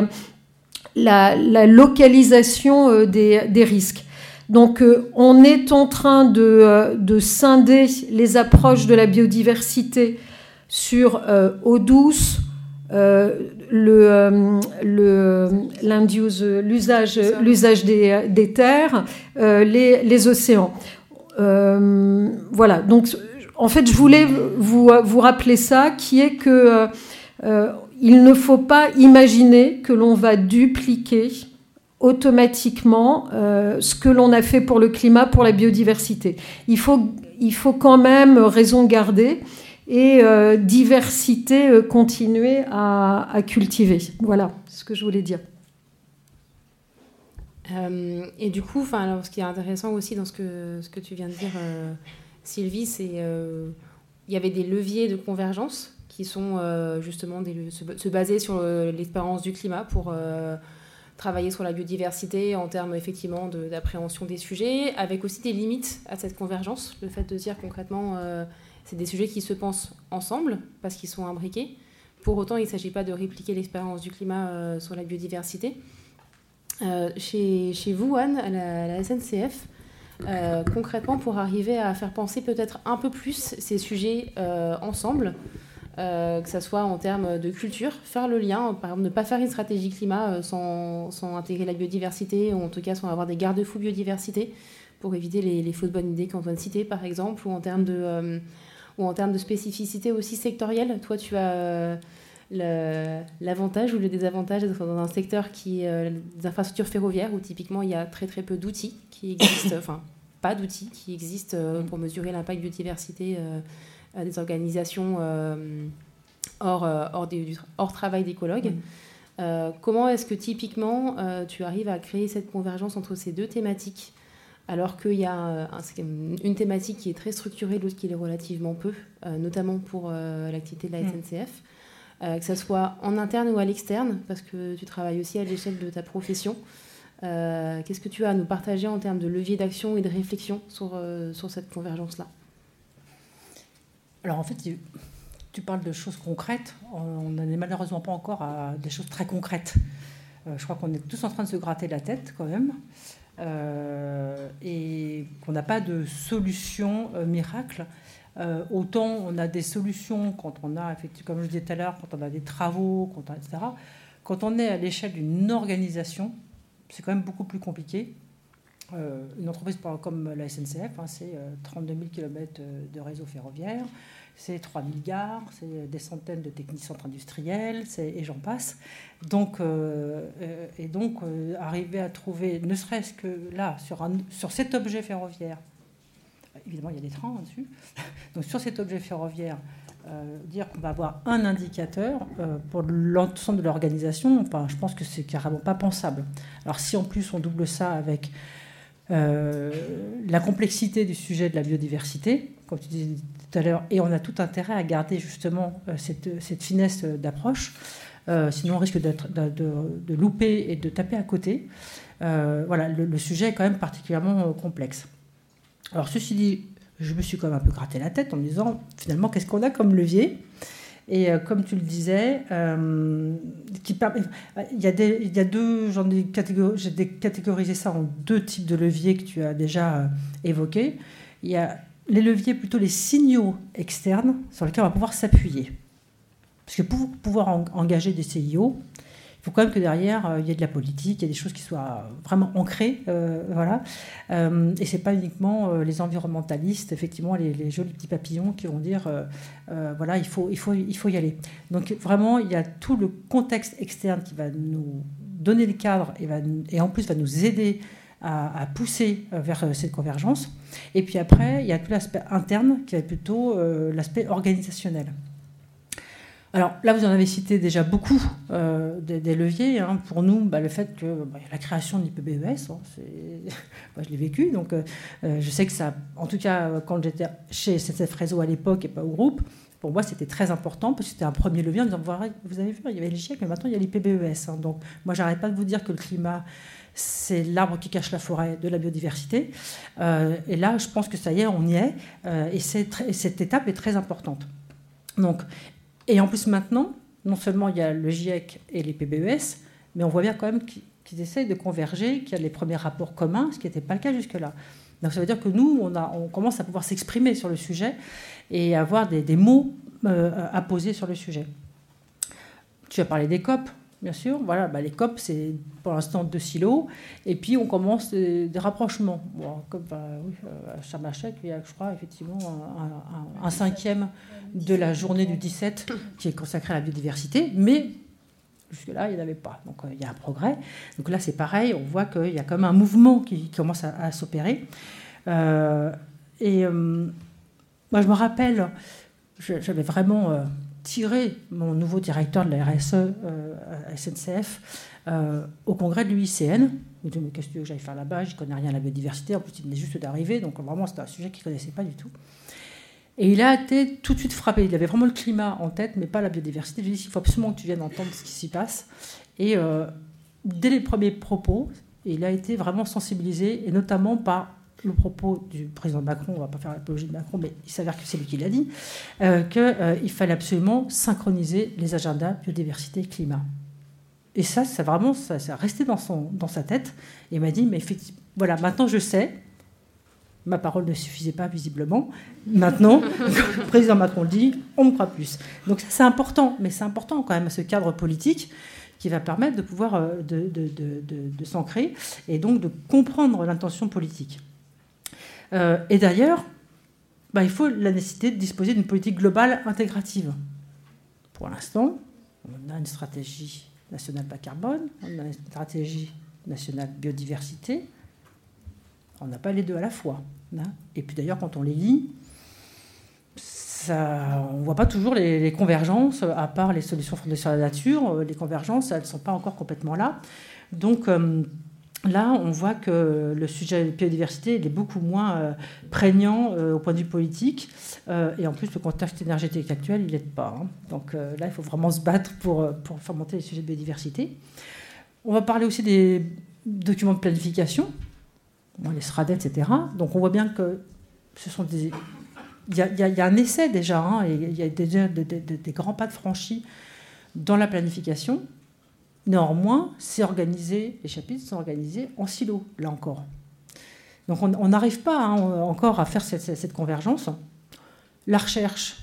la localisation des risques. Donc on est en train de scinder les approches de la biodiversité sur eau douce, l'usage des terres, les océans. Voilà, donc en fait je voulais vous rappeler ça, qui est que il ne faut pas imaginer que l'on va dupliquer automatiquement ce que l'on a fait pour le climat, pour la biodiversité. Il faut quand même raison garder et diversité continuer à cultiver. Voilà ce que je voulais dire. Et du coup, alors, ce qui est intéressant aussi dans ce que tu viens de dire, Sylvie, c'est il y avait des leviers de convergence qui sont justement se baser sur l'expérience du climat pour travailler sur la biodiversité en termes effectivement d'appréhension des sujets, avec aussi des limites à cette convergence. Le fait de dire concrètement, c'est des sujets qui se pensent ensemble parce qu'ils sont imbriqués. Pour autant, il ne s'agit pas de répliquer l'expérience du climat sur la biodiversité. Chez vous, Anne, à la SNCF, concrètement, pour arriver à faire penser peut-être un peu plus ces sujets ensemble, que ça soit en termes de culture, faire le lien, par exemple ne pas faire une stratégie climat sans intégrer la biodiversité, ou en tout cas sans avoir des garde-fous biodiversité, pour éviter les fausses bonnes idées qu'Antoine citait par exemple, ou en termes de spécificité aussi sectorielle. Toi tu as l'avantage ou le désavantage d'être dans un secteur qui est des infrastructures ferroviaires, où typiquement il y a très très peu d'outils qui existent, enfin pas d'outils qui existent pour mesurer l'impact biodiversité des organisations hors travail d'écologues. Comment est-ce que typiquement tu arrives à créer cette convergence entre ces deux thématiques, alors qu'il y a une thématique qui est très structurée, l'autre qui l'est relativement peu, notamment pour l'activité de la SNCF, que ce soit en interne ou à l'externe, parce que tu travailles aussi à l'échelle de ta profession. Qu'est-ce que tu as à nous partager en termes de levier d'action et de réflexion sur cette convergence-là ? Alors en fait, tu parles de choses concrètes. On n'en est malheureusement pas encore à des choses très concrètes. Je crois qu'on est tous en train de se gratter la tête quand même, et qu'on n'a pas de solution miracle. Autant on a des solutions quand on a, comme je disais tout à l'heure, quand on a des travaux, etc. Quand on est à l'échelle d'une organisation, c'est quand même beaucoup plus compliqué. Une entreprise comme la SNCF, c'est 32 000 km de réseau ferroviaire, c'est 3 000 gares, c'est des centaines de centres industriels, et j'en passe. Donc, arriver à trouver, ne serait-ce que là, sur cet objet ferroviaire, évidemment il y a des trains dessus, donc sur cet objet ferroviaire, dire qu'on va avoir un indicateur pour l'ensemble de l'organisation, je pense que c'est carrément pas pensable. Alors si en plus on double ça avec la complexité du sujet de la biodiversité, comme tu disais tout à l'heure, et on a tout intérêt à garder justement cette finesse d'approche, sinon on risque de louper et de taper à côté. Voilà, le sujet est quand même particulièrement complexe. Alors ceci dit, je me suis quand même un peu gratté la tête en me disant finalement qu'est-ce qu'on a comme levier. Et comme tu le disais, il y a deux, j'ai catégorisé ça en deux types de leviers que tu as déjà évoqués. Il y a les leviers, plutôt les signaux externes sur lesquels on va pouvoir s'appuyer. Parce que pour pouvoir engager des CIO, il faut quand même que derrière, il y ait de la politique, il y ait des choses qui soient vraiment ancrées. Voilà. Et ce n'est pas uniquement les environnementalistes, effectivement, les jolis petits papillons qui vont dire voilà, il faut y aller. Donc vraiment, il y a tout le contexte externe qui va nous donner le cadre et en plus va nous aider à pousser vers cette convergence. Et puis après, il y a tout l'aspect interne qui est plutôt l'aspect organisationnel. Alors là, vous en avez cité déjà beaucoup des leviers. Pour nous, le fait que la création de l'IPBES, moi, je l'ai vécu. Donc je sais que ça, en tout cas, quand j'étais chez SNCF Réseau à l'époque et pas au groupe, pour moi, c'était très important parce que c'était un premier levier en disant, vous avez vu, il y avait le GIEC, mais maintenant, il y a l'IPBES. Donc moi, j'arrête pas de vous dire que le climat, c'est l'arbre qui cache la forêt de la biodiversité. Et là, je pense que ça y est, on y est. Et cette étape est très importante. Donc, et en plus maintenant, non seulement il y a le GIEC et les PBES, mais on voit bien quand même qu'ils essayent de converger, qu'il y a les premiers rapports communs, ce qui n'était pas le cas jusque-là. Donc ça veut dire que nous, on commence à pouvoir s'exprimer sur le sujet et avoir des mots à poser sur le sujet. Tu as parlé des COP, bien sûr. Voilà, les COP, c'est pour l'instant 2 silos. Et puis, on commence des rapprochements. Bon, comme à Sharm el-Sheikh, il y a, je crois, effectivement, un 5e de la journée du 17 qui est consacré à la biodiversité. Mais jusque-là, il n'y en avait pas. Donc, il y a un progrès. Donc là, c'est pareil. On voit qu'il y a quand même un mouvement qui commence à s'opérer. Moi, je me rappelle, j'avais vraiment tiré mon nouveau directeur de la RSE à SNCF au congrès de l'UICN. Il me dit, mais qu'est-ce que tu veux que j'aille faire là-bas? Je ne connais rien à la biodiversité. En plus, il venait juste d'arriver. Donc, vraiment, c'était un sujet qu'il ne connaissait pas du tout. Et il a été tout de suite frappé. Il avait vraiment le climat en tête, mais pas la biodiversité. Je lui ai dit, il faut absolument que tu viennes entendre ce qui s'y passe. Et dès les premiers propos, il a été vraiment sensibilisé, et notamment par le propos du président Macron, on ne va pas faire l'apologie de Macron, mais il s'avère que c'est lui qui l'a dit, qu'il fallait absolument synchroniser les agendas biodiversité et climat. Et ça a resté dans sa tête. Et il m'a dit, mais effectivement, voilà, maintenant je sais, ma parole ne suffisait pas visiblement, maintenant, le président Macron le dit, on me croit plus. Donc ça, c'est important, mais c'est important quand même, ce cadre politique qui va permettre de pouvoir de s'ancrer et donc de comprendre l'intention politique. Et d'ailleurs, il faut la nécessité de disposer d'une politique globale intégrative. Pour l'instant, on a une stratégie nationale bas carbone, on a une stratégie nationale biodiversité, on n'a pas les deux à la fois. Et puis d'ailleurs, quand on les lit, on ne voit pas toujours les convergences, à part les solutions fondées sur la nature. Les convergences, elles ne sont pas encore complètement là. Donc là, on voit que le sujet de la biodiversité il est beaucoup moins prégnant au point de vue politique. Et en plus, le contexte énergétique actuel, il n'aide pas. Donc là, il faut vraiment se battre pour faire monter les sujets de biodiversité. On va parler aussi des documents de planification, les SRAD, etc. Donc on voit bien que ce sont des... Il y a un essai déjà, et il y a déjà des grands pas de franchis dans la planification. Néanmoins, les chapitres sont organisés en silos, là encore. Donc on n'arrive pas encore à faire cette convergence. La recherche,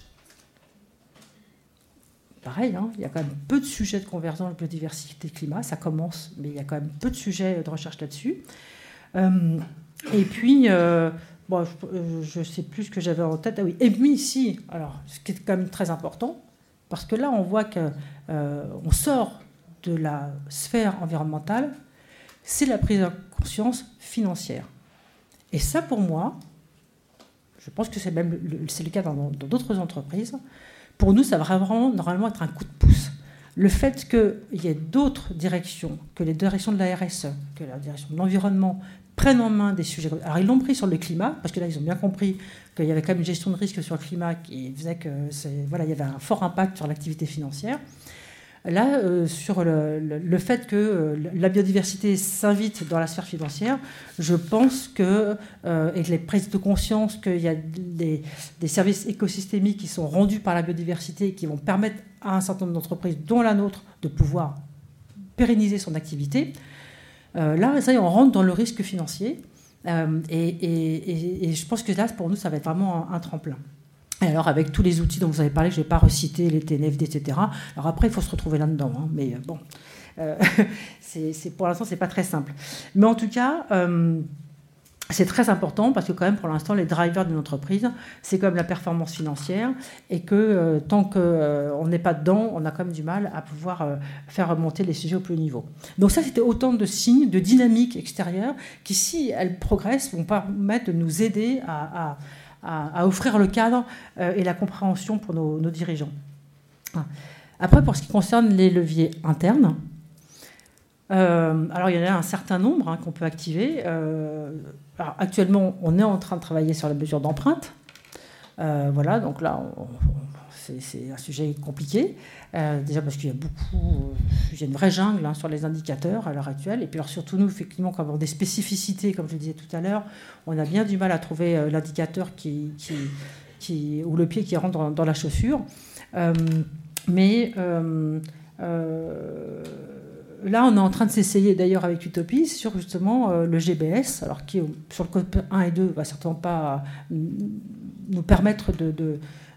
pareil, il y a quand même peu de sujets de convergence biodiversité climat, ça commence, mais il y a quand même peu de sujets de recherche là-dessus. Et puis... je ne sais plus ce que j'avais en tête. Ah oui, et puis ici, alors, ce qui est quand même très important, parce que là, on voit qu'on sort de la sphère environnementale, c'est la prise de conscience financière. Et ça, pour moi, je pense que c'est le cas dans d'autres entreprises, pour nous, ça va vraiment normalement être un coup de pouce. Le fait qu'il y ait d'autres directions, que les directions de la RSE, que la direction de l'environnement, prennent en main des sujets. Alors, ils l'ont pris sur le climat, parce que là, ils ont bien compris qu'il y avait quand même une gestion de risque sur le climat qui faisait que il y avait un fort impact sur l'activité financière. Là, sur le fait que la biodiversité s'invite dans la sphère financière, je pense que, et que les prises de conscience qu'il y a des services écosystémiques qui sont rendus par la biodiversité et qui vont permettre à un certain nombre d'entreprises, dont la nôtre, de pouvoir pérenniser son activité. Là, ça y est, on rentre dans le risque financier. Et je pense que là, pour nous, ça va être vraiment un tremplin. Et alors, avec tous les outils dont vous avez parlé, je ne vais pas reciter les TNFD, etc. Alors après, il faut se retrouver là-dedans. Mais bon, pour l'instant, ce n'est pas très simple. Mais en tout cas, c'est très important parce que quand même, pour l'instant, les drivers d'une entreprise, c'est comme la performance financière et que tant qu'on n'est pas dedans, on a quand même du mal à pouvoir faire remonter les sujets au plus haut niveau. Donc ça, c'était autant de signes, de dynamiques extérieures qui, si elles progressent, vont permettre de nous aider à offrir le cadre et la compréhension pour nos dirigeants. Après, pour ce qui concerne les leviers internes, alors il y en a un certain nombre qu'on peut activer. Alors, actuellement, on est en train de travailler sur la mesure d'empreinte. Voilà, donc là, c'est un sujet compliqué. Déjà parce qu'il y a une vraie jungle sur les indicateurs à l'heure actuelle. Et puis alors, surtout nous, effectivement, quand on a des spécificités, comme je le disais tout à l'heure, on a bien du mal à trouver l'indicateur ou le pied qui rentre dans la chaussure. Là, on est en train de s'essayer, d'ailleurs, avec Utopie, sur justement le GBS, alors qui, sur le code 1 et 2, ne va certainement pas nous permettre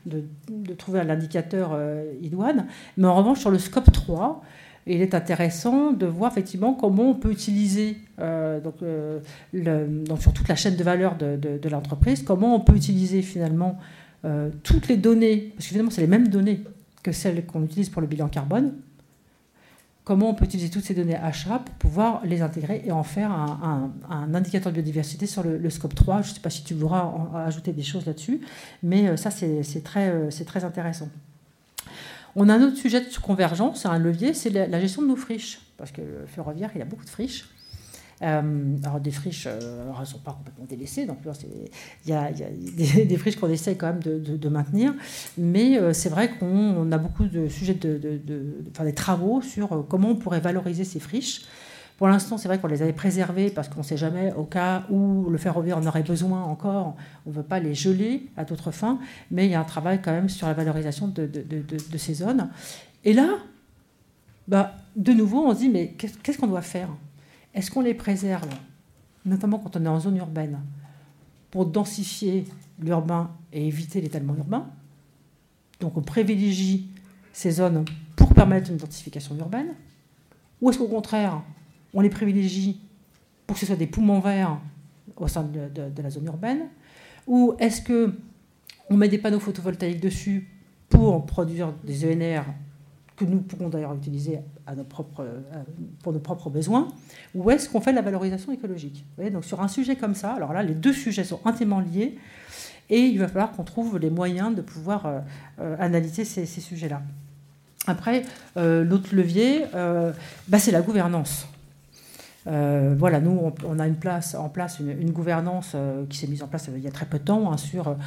de trouver l'indicateur idoine. Mais en revanche, sur le scope 3, il est intéressant de voir effectivement comment on peut utiliser, donc sur toute la chaîne de valeur de l'entreprise, comment on peut utiliser finalement toutes les données, parce que finalement c'est les mêmes données que celles qu'on utilise pour le bilan carbone, comment on peut utiliser toutes ces données achat pour pouvoir les intégrer et en faire un indicateur de biodiversité sur le scope 3. Je ne sais pas si tu voudras ajouter des choses là-dessus, mais ça c'est très intéressant. On a un autre sujet de convergence, c'est un levier, c'est la gestion de nos friches. Parce que le ferroviaire, il y a beaucoup de friches. Alors des friches, elles ne sont pas complètement délaissées, donc il y a des friches qu'on essaie quand même de maintenir. Mais c'est vrai qu'on a beaucoup de sujets, des travaux sur comment on pourrait valoriser ces friches. Pour l'instant, c'est vrai qu'on les avait préservées parce qu'on ne sait jamais, au cas où le ferroviaire en aurait besoin encore, on ne veut pas les geler à d'autres fins, mais il y a un travail quand même sur la valorisation de ces zones. Et là, de nouveau, on se dit, mais qu'est-ce qu'on doit faire ? Est-ce qu'on les préserve, notamment quand on est en zone urbaine, pour densifier l'urbain et éviter l'étalement urbain ? Donc on privilégie ces zones pour permettre une densification urbaine ? Ou est-ce qu'au contraire, on les privilégie pour que ce soit des poumons verts au sein de la zone urbaine? Ou est-ce qu'on met des panneaux photovoltaïques dessus pour produire des ENR que nous pourrons d'ailleurs utiliser pour nos propres besoins? Ou est-ce qu'on fait de la valorisation écologique? Vous voyez, donc sur un sujet comme ça, alors là, les deux sujets sont intimement liés et il va falloir qu'on trouve les moyens de pouvoir analyser ces sujets-là. Après, l'autre levier, c'est la gouvernance. Voilà, nous, on a en place une gouvernance qui s'est mise en place il y a très peu de temps sur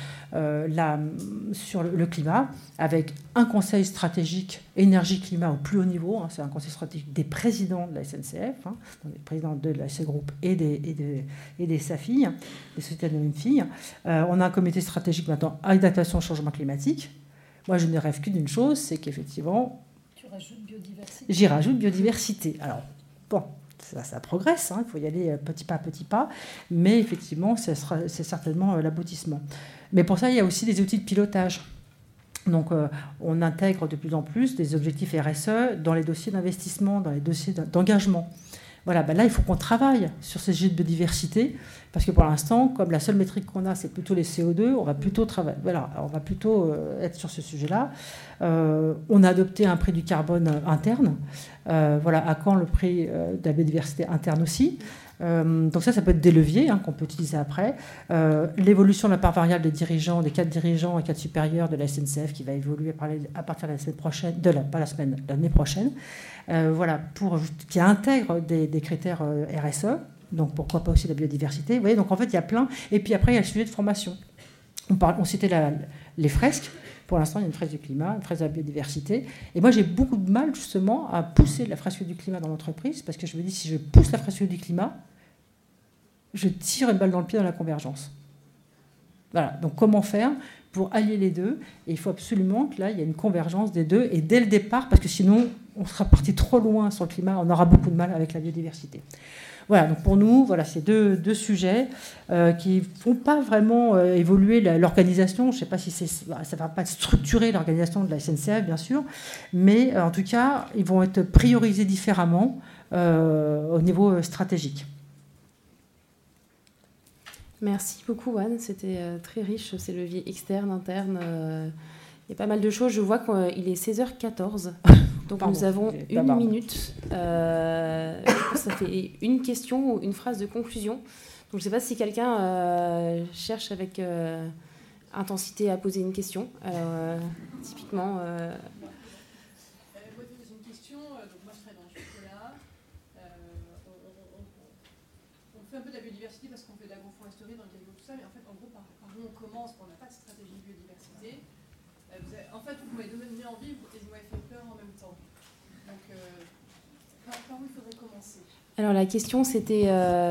le climat, avec un conseil stratégique énergie-climat au plus haut niveau. C'est un conseil stratégique des présidents de la SNCF, des présidents de la SC Group et des SAFI, des sociétés anonymes filles. On a un comité stratégique maintenant adaptation au changement climatique. Moi, je ne rêve que d'une chose, c'est qu'effectivement, j'y rajoute biodiversité. Alors, bon. Ça progresse, il faut y aller petit pas, mais effectivement, c'est certainement l'aboutissement. Mais pour ça, il y a aussi des outils de pilotage. Donc, on intègre de plus en plus des objectifs RSE dans les dossiers d'investissement, dans les dossiers d'engagement. Voilà, là, il faut qu'on travaille sur ces sujets de biodiversité, parce que pour l'instant, comme la seule métrique qu'on a, c'est plutôt les CO2, on va plutôt être sur ce sujet-là. On a adopté un prix du carbone interne. À quand le prix de la biodiversité interne aussi. Donc ça peut être des leviers qu'on peut utiliser après. L'évolution de la part variable des dirigeants, des cadres dirigeants et cadres supérieurs de la SNCF qui va évoluer à partir de la semaine prochaine, l'année prochaine. Qui intègre des critères RSE. Donc pourquoi pas aussi la biodiversité. Vous voyez, donc en fait il y a plein. Et puis après il y a le sujet de formation. On citait les fresques. Pour l'instant, il y a une fresque du climat, une fresque de la biodiversité. Et moi, j'ai beaucoup de mal, justement, à pousser la fresque du climat dans l'entreprise, parce que je me dis, si je pousse la fresque du climat, je tire une balle dans le pied dans la convergence. Voilà. Donc, comment faire pour allier les deux? Et il faut absolument que là, il y ait une convergence des deux, et dès le départ, parce que sinon, on sera parti trop loin sur le climat, on aura beaucoup de mal avec la biodiversité. Voilà, donc pour nous, ces deux sujets qui ne font pas vraiment évoluer l'organisation. Je ne sais pas si ça ne va pas structurer l'organisation de la SNCF, bien sûr, mais en tout cas, ils vont être priorisés différemment au niveau stratégique. Merci beaucoup, Anne. C'était très riche, ces leviers externes, internes. Il y a pas mal de choses. Je vois qu'il est 16h14. Donc nous avons une minute. Je pense que ça fait une question ou une phrase de conclusion. Donc je ne sais pas si quelqu'un cherche avec intensité à poser une question. Typiquement... Moi, je pose une question. Donc moi, je travaille dans le chocolat. On fait un peu de la biodiversité parce qu'on fait de l'agroforesterie dans le cacao, tout ça. Mais en fait, en gros, par où on commence? On n'a pas de stratégie de biodiversité. En fait, vous m'avez donné envie et vous m'avez fait peur en même temps. Donc, par où il faudrait commencer? Alors, la question, c'était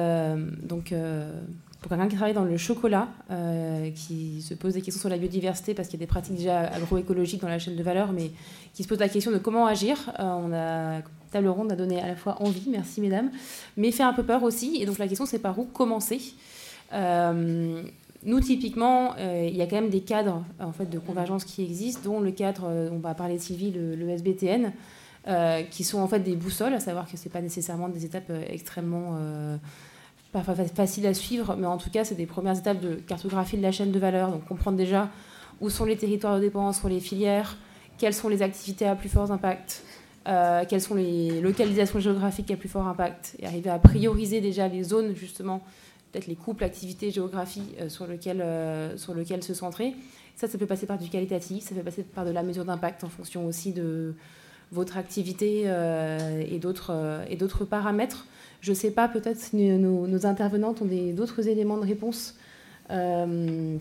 pour quelqu'un qui travaille dans le chocolat, qui se pose des questions sur la biodiversité parce qu'il y a des pratiques déjà agroécologiques dans la chaîne de valeur, mais qui se pose la question de comment agir. Table ronde a donné à la fois envie, merci mesdames, mais fait un peu peur aussi. Et donc, la question, c'est par où commencer. nous, typiquement, il y a quand même des cadres en fait, de convergence qui existent, dont le cadre, on va parler de Sylvie, le SBTN, qui sont en fait des boussoles, à savoir que ce n'est pas nécessairement des étapes extrêmement pas faciles à suivre, mais en tout cas, c'est des premières étapes de cartographie de la chaîne de valeur, donc comprendre déjà où sont les territoires de dépendance, où sont les filières, quelles sont les activités à plus fort impact, quelles sont les localisations géographiques à plus fort impact, et arriver à prioriser déjà les zones, justement, peut-être les couples, activités, géographie sur lesquelles se centrer. Ça peut passer par du qualitatif, ça peut passer par de la mesure d'impact en fonction aussi de votre activité et d'autres paramètres. Je ne sais pas, peut-être si nos intervenantes ont d'autres éléments de réponse avant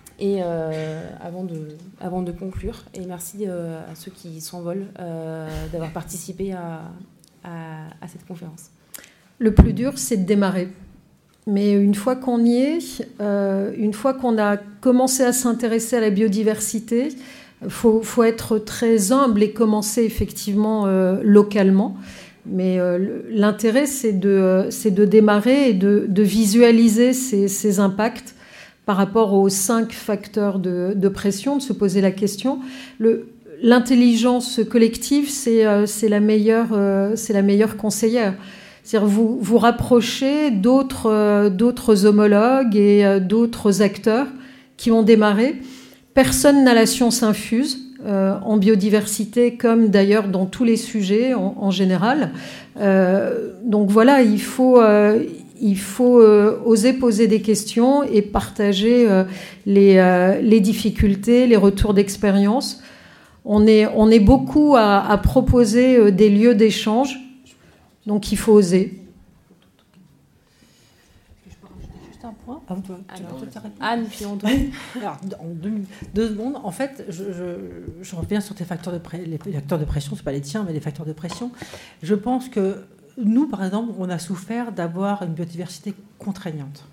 de conclure. Et merci à ceux qui s'envolent d'avoir participé à cette conférence. Le plus dur, c'est de démarrer. Mais une fois qu'on y est, une fois qu'on a commencé à s'intéresser à la biodiversité, faut être très humble et commencer effectivement localement. Mais l'intérêt, c'est de démarrer et de visualiser ces impacts par rapport aux 5 facteurs de pression, de se poser la question. L'intelligence collective, c'est la meilleure conseillère. C'est-à-dire vous rapprochez d'autres homologues et d'autres acteurs qui ont démarré. Personne n'a la science infuse en biodiversité, comme d'ailleurs dans tous les sujets en général. Donc voilà, il faut oser poser des questions et partager les difficultés, les retours d'expérience. On est beaucoup à proposer des lieux d'échange. Donc il faut oser. Je peux rajouter juste un point. Anne, puis Antoine. Alors, en 2 secondes, en fait, je reviens sur tes facteurs les facteurs de pression, c'est pas les tiens, mais les facteurs de pression. Je pense que nous, par exemple, on a souffert d'avoir une biodiversité contraignante.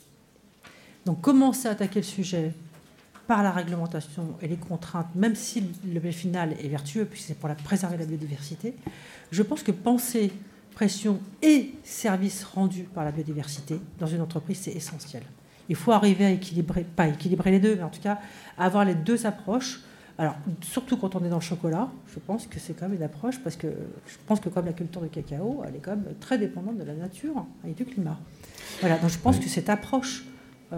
Donc commencer à attaquer le sujet par la réglementation et les contraintes, même si le but final est vertueux, puisque c'est pour préserver la biodiversité, je pense que penser pression et services rendus par la biodiversité dans une entreprise, c'est essentiel. Il faut arriver à pas équilibrer les deux, mais en tout cas à avoir les 2 approches. Alors, surtout quand on est dans le chocolat, je pense que c'est quand même une approche, parce que je pense que comme la culture de cacao, elle est quand même très dépendante de la nature et du climat. Voilà, donc je pense que cette approche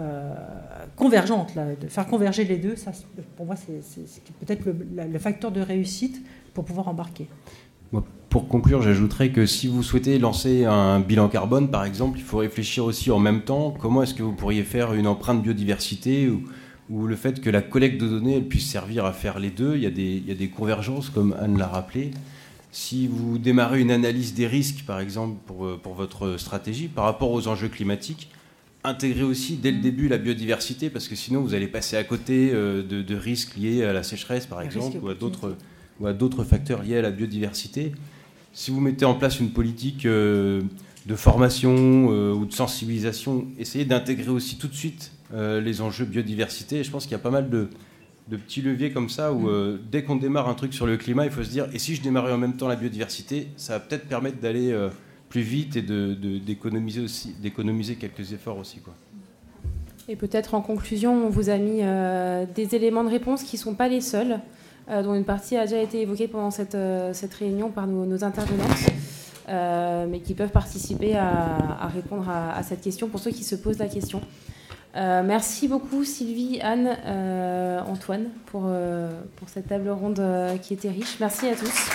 convergente, là, de faire converger les deux, ça, pour moi, c'est peut-être le facteur de réussite pour pouvoir embarquer. Pour conclure, j'ajouterais que si vous souhaitez lancer un bilan carbone, par exemple, il faut réfléchir aussi en même temps comment est-ce que vous pourriez faire une empreinte biodiversité ou le fait que la collecte de données elle puisse servir à faire les deux. Il y a des convergences, comme Anne l'a rappelé. Si vous démarrez une analyse des risques, par exemple, pour votre stratégie, par rapport aux enjeux climatiques, intégrez aussi dès le début la biodiversité, parce que sinon vous allez passer à côté de risques liés à la sécheresse, par exemple, ou à d'autres facteurs liés à la biodiversité. Si vous mettez en place une politique de formation ou de sensibilisation, essayez d'intégrer aussi tout de suite les enjeux biodiversité. Et je pense qu'il y a pas mal de petits leviers comme ça où dès qu'on démarre un truc sur le climat, il faut se dire, et si je démarrais en même temps la biodiversité, ça va peut-être permettre d'aller plus vite et d'économiser quelques efforts aussi, quoi. Et peut-être en conclusion, on vous a mis des éléments de réponse qui ne sont pas les seuls, dont une partie a déjà été évoquée pendant cette réunion par nos intervenantes, mais qui peuvent participer à répondre à cette question pour ceux qui se posent la question. Merci beaucoup Sylvie, Anne, Antoine pour cette table ronde qui était riche. Merci à tous.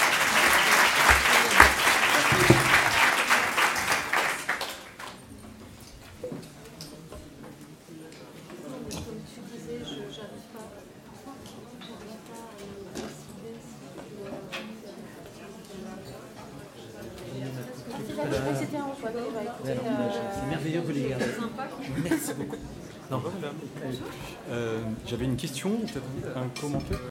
C'est merveilleux que les gars. Merci beaucoup. Non. J'avais une question, peut-être un commentaire.